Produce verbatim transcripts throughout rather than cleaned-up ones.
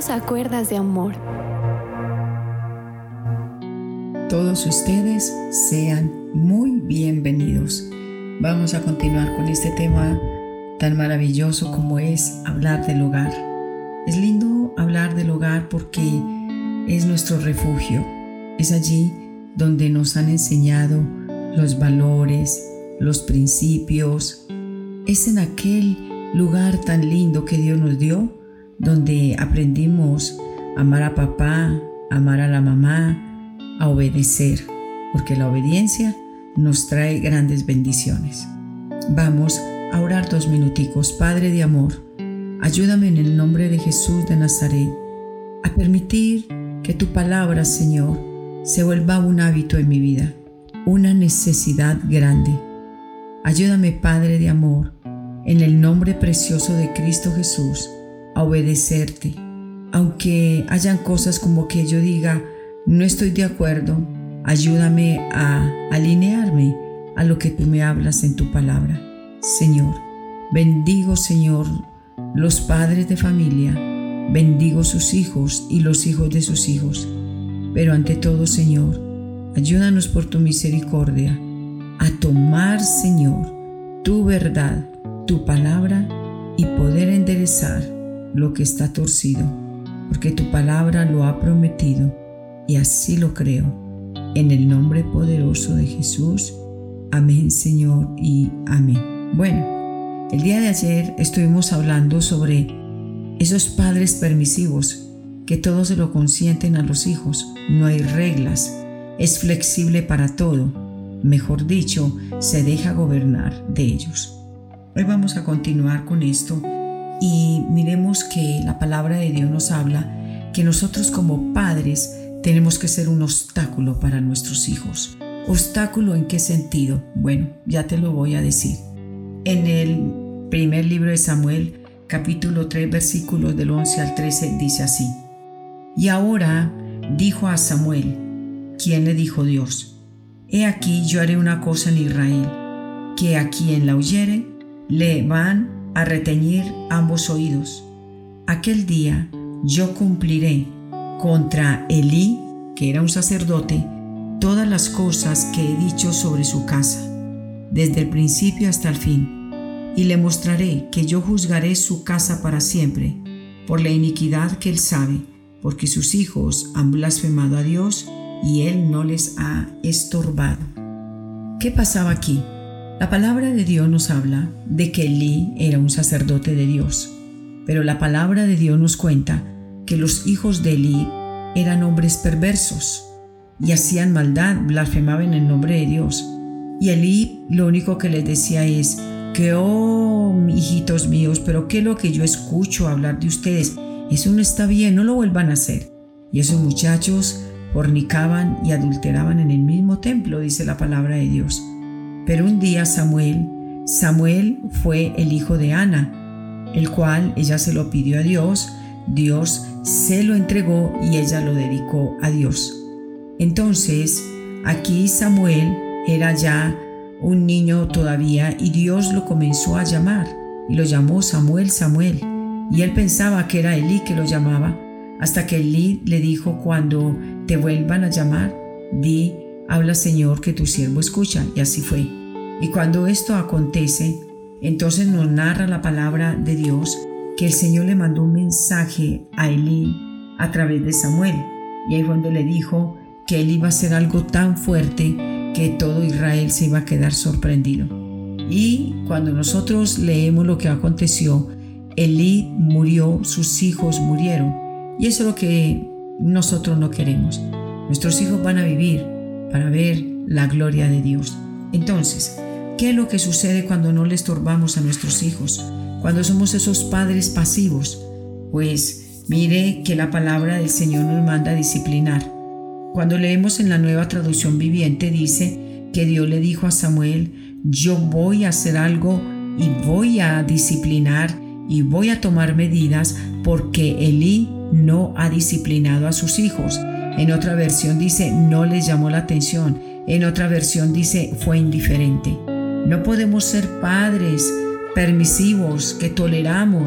Bienvenidos a Cuerdas de Amor. Todos ustedes sean muy bienvenidos. Vamos a continuar con este tema tan maravilloso como es hablar del hogar. Es lindo hablar del hogar porque es nuestro refugio. Es allí donde nos han enseñado los valores, los principios. Es en aquel lugar tan lindo que Dios nos dio, donde aprendimos a amar a papá, a amar a la mamá, a obedecer, porque la obediencia nos trae grandes bendiciones. Vamos a orar dos minuticos. Padre de amor, ayúdame en el nombre de Jesús de Nazaret a permitir que tu palabra, Señor, se vuelva un hábito en mi vida, una necesidad grande. Ayúdame, Padre de amor, en el nombre precioso de Cristo Jesús, a obedecerte, aunque hayan cosas como que yo diga, no estoy de acuerdo. Ayúdame a alinearme a lo que tú me hablas en tu palabra. Señor, bendigo, Señor, los padres de familia, bendigo sus hijos y los hijos de sus hijos, pero ante todo, Señor, ayúdanos por tu misericordia a tomar, Señor, tu verdad, tu palabra y poder enderezar lo que está torcido, porque tu palabra lo ha prometido y así lo creo. En el nombre poderoso de Jesús. Amén, Señor, y amén. Bueno, el día de ayer estuvimos hablando sobre esos padres permisivos que todos se lo consienten a los hijos. No hay reglas, es flexible para todo. Mejor dicho, se deja gobernar de ellos. Hoy vamos a continuar con esto y miremos que la palabra de Dios nos habla que nosotros como padres tenemos que ser un obstáculo para nuestros hijos. ¿Obstáculo en qué sentido? Bueno, ya te lo voy a decir. En el primer libro de Samuel, capítulo tres, versículos del once al trece, dice así: Y ahora dijo a Samuel, ¿quién le dijo Dios? He aquí yo haré una cosa en Israel, que a quien la oyere, le van a reteñir ambos oídos. Aquel día yo cumpliré contra Elí, que era un sacerdote, todas las cosas que he dicho sobre su casa, desde el principio hasta el fin, y le mostraré que yo juzgaré su casa para siempre, por la iniquidad que él sabe, porque sus hijos han blasfemado a Dios y él no les ha estorbado. ¿Qué pasaba aquí? La palabra de Dios nos habla de que Elí era un sacerdote de Dios, pero la palabra de Dios nos cuenta que los hijos de Elí eran hombres perversos y hacían maldad, blasfemaban en el nombre de Dios. Y Elí lo único que les decía es que, oh, hijitos míos, pero ¿qué es lo que yo escucho hablar de ustedes? Eso no está bien, no lo vuelvan a hacer. Y esos muchachos fornicaban y adulteraban en el mismo templo, dice la palabra de Dios. Pero un día Samuel, Samuel fue el hijo de Ana, el cual ella se lo pidió a Dios, Dios se lo entregó y ella lo dedicó a Dios. Entonces, aquí Samuel era ya un niño todavía y Dios lo comenzó a llamar y lo llamó Samuel, Samuel. Y él pensaba que era Elí que lo llamaba, hasta que Elí le dijo: cuando te vuelvan a llamar, di, habla Señor, que tu siervo escucha. Y así fue. Y cuando esto acontece, entonces nos narra la palabra de Dios que el Señor le mandó un mensaje a Elí a través de Samuel. Y ahí fue donde le dijo que él iba a hacer algo tan fuerte que todo Israel se iba a quedar sorprendido. Y cuando nosotros leemos lo que aconteció, Elí murió, sus hijos murieron. Y eso es lo que nosotros no queremos. Nuestros hijos van a vivir para ver la gloria de Dios. Entonces, ¿qué es lo que sucede cuando no le estorbamos a nuestros hijos? Cuando somos esos padres pasivos. Pues mire que la palabra del Señor nos manda a disciplinar. Cuando leemos en la Nueva Traducción Viviente, dice que Dios le dijo a Samuel: yo voy a hacer algo y voy a disciplinar y voy a tomar medidas porque Elí no ha disciplinado a sus hijos. En otra versión dice no les llamó la atención. En otra versión dice fue indiferente. No podemos ser padres permisivos que toleramos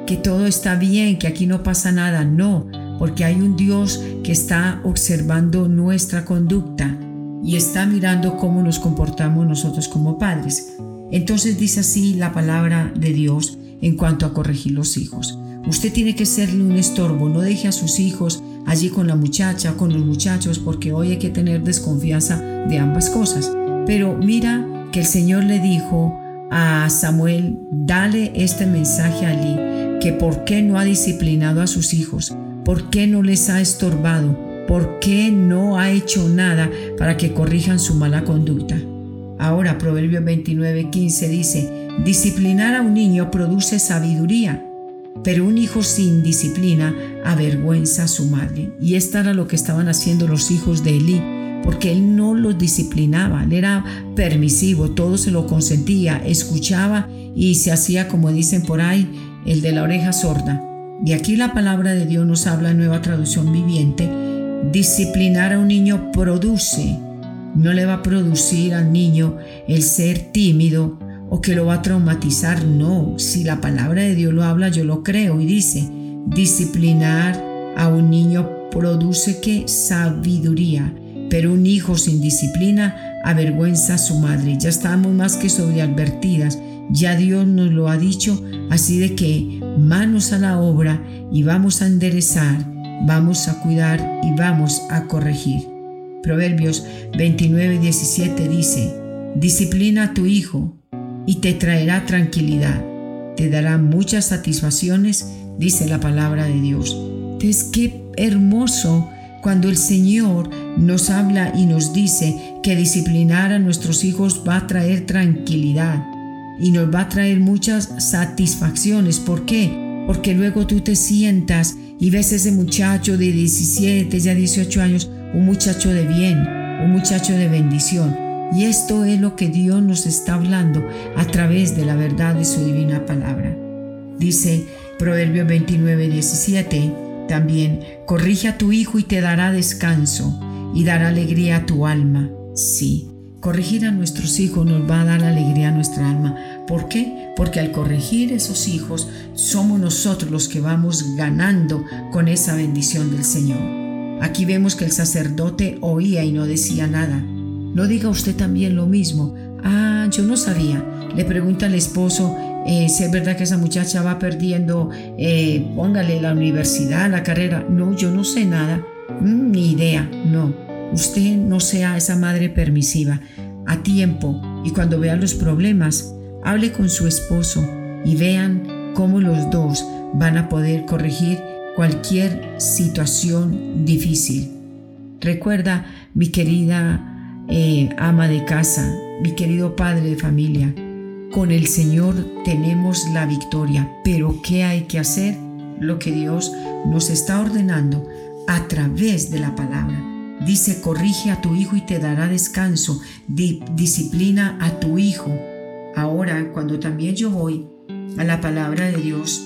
que todo está bien, que aquí no pasa nada. No, porque hay un Dios que está observando nuestra conducta y está mirando cómo nos comportamos nosotros como padres. Entonces dice así la palabra de Dios en cuanto a corregir los hijos. Usted tiene que serle un estorbo, no deje a sus hijos allí con la muchacha, con los muchachos, porque hoy hay que tener desconfianza de ambas cosas. Pero mira que el Señor le dijo a Samuel, dale este mensaje a Elí, que por qué no ha disciplinado a sus hijos, por qué no les ha estorbado, por qué no ha hecho nada para que corrijan su mala conducta. Ahora Proverbios veintinueve quince dice, disciplinar a un niño produce sabiduría, pero un hijo sin disciplina avergüenza a su madre. Y esto era lo que estaban haciendo los hijos de Elí, porque él no los disciplinaba, él era permisivo, todo se lo consentía, escuchaba y se hacía, como dicen por ahí, el de la oreja sorda. Y aquí la palabra de Dios nos habla en Nueva Traducción Viviente, disciplinar a un niño produce, no le va a producir al niño el ser tímido o que lo va a traumatizar, no. Si la palabra de Dios lo habla, yo lo creo y dice, disciplinar a un niño produce ¿qué? Sabiduría, pero un hijo sin disciplina avergüenza a su madre. Ya estamos más que sobreadvertidas, ya Dios nos lo ha dicho, así de que manos a la obra y vamos a enderezar, vamos a cuidar y vamos a corregir. Proverbios veintinueve diecisiete dice, disciplina a tu hijo y te traerá tranquilidad, te dará muchas satisfacciones, dice la palabra de Dios. Entonces, qué hermoso cuando el Señor nos habla y nos dice que disciplinar a nuestros hijos va a traer tranquilidad y nos va a traer muchas satisfacciones. ¿Por qué? Porque luego tú te sientas y ves ese muchacho de diecisiete, ya dieciocho años, un muchacho de bien, un muchacho de bendición. Y esto es lo que Dios nos está hablando a través de la verdad de su divina palabra. Dice Proverbios veintinueve diecisiete también, corrige a tu hijo y te dará descanso y dará alegría a tu alma. Sí, corregir a nuestros hijos nos va a dar alegría a nuestra alma. ¿Por qué? Porque al corregir esos hijos somos nosotros los que vamos ganando con esa bendición del Señor. Aquí vemos que el sacerdote oía y no decía nada. No diga usted también lo mismo. Ah, yo no sabía. Le pregunta al esposo eh, si es verdad que esa muchacha va perdiendo, eh, póngale la universidad, la carrera. No, yo no sé nada. Mm, ni idea. No. Usted no sea esa madre permisiva. A tiempo y cuando vea los problemas, hable con su esposo y vean cómo los dos van a poder corregir cualquier situación difícil. Recuerda, mi querida Eh, ama de casa, mi querido padre de familia, con el Señor tenemos la victoria, pero ¿qué hay que hacer? Lo que Dios nos está ordenando a través de la palabra. Dice, corrige a tu hijo y te dará descanso, Di- disciplina a tu hijo. Ahora, cuando también yo voy a la palabra de Dios,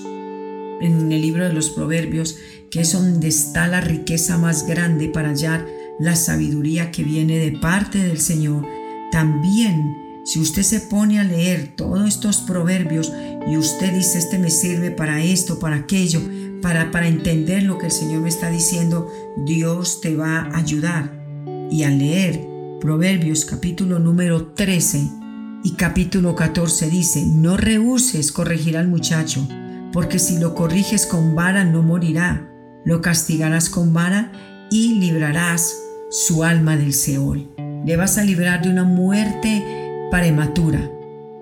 en el libro de los Proverbios, que es donde está la riqueza más grande para hallar la sabiduría que viene de parte del Señor. También, si usted se pone a leer todos estos proverbios y usted dice, este me sirve para esto, para aquello, para, para entender lo que el Señor me está diciendo, Dios te va a ayudar. Y al leer Proverbios capítulo número trece y capítulo catorce dice, no rehúses corregir al muchacho, porque si lo corriges con vara no morirá, lo castigarás con vara y librarás su alma del Seol. Le vas a librar de una muerte prematura.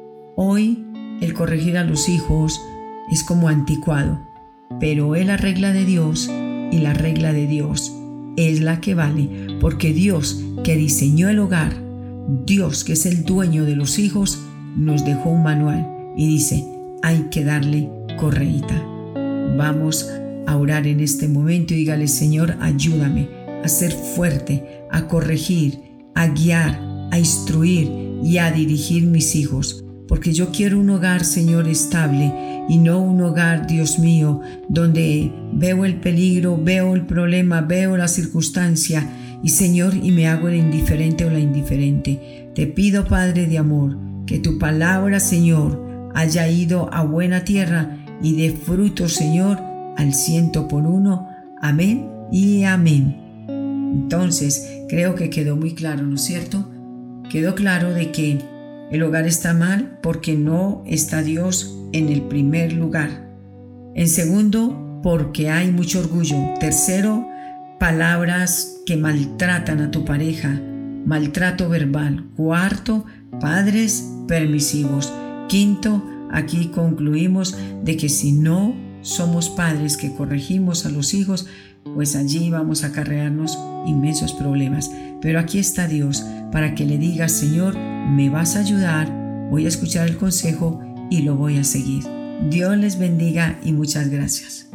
Hoy el corregir a los hijos es como anticuado, pero es la regla de Dios y la regla de Dios es la que vale, porque Dios que diseñó el hogar, Dios que es el dueño de los hijos, nos dejó un manual y dice, hay que darle correíta. Vamos a orar en este momento y dígale, Señor, ayúdame a ser fuerte, a corregir, a guiar, a instruir y a dirigir mis hijos, porque yo quiero un hogar, Señor, estable y no un hogar, Dios mío, donde veo el peligro, veo el problema, veo la circunstancia y, Señor, y me hago el indiferente o la indiferente. Te pido, Padre de amor, que tu palabra, Señor, haya ido a buena tierra y dé fruto, Señor, al ciento por uno. Amén y amén. Entonces, creo que quedó muy claro, ¿no es cierto? Quedó claro de que el hogar está mal porque no está Dios en el primer lugar. En segundo, porque hay mucho orgullo. Tercero, palabras que maltratan a tu pareja, maltrato verbal. Cuarto, padres permisivos. Quinto, aquí concluimos de que si no somos padres que corregimos a los hijos, pues allí vamos a acarrearnos inmensos problemas. Pero aquí está Dios para que le digas: Señor, me vas a ayudar, voy a escuchar el consejo y lo voy a seguir. Dios les bendiga y muchas gracias.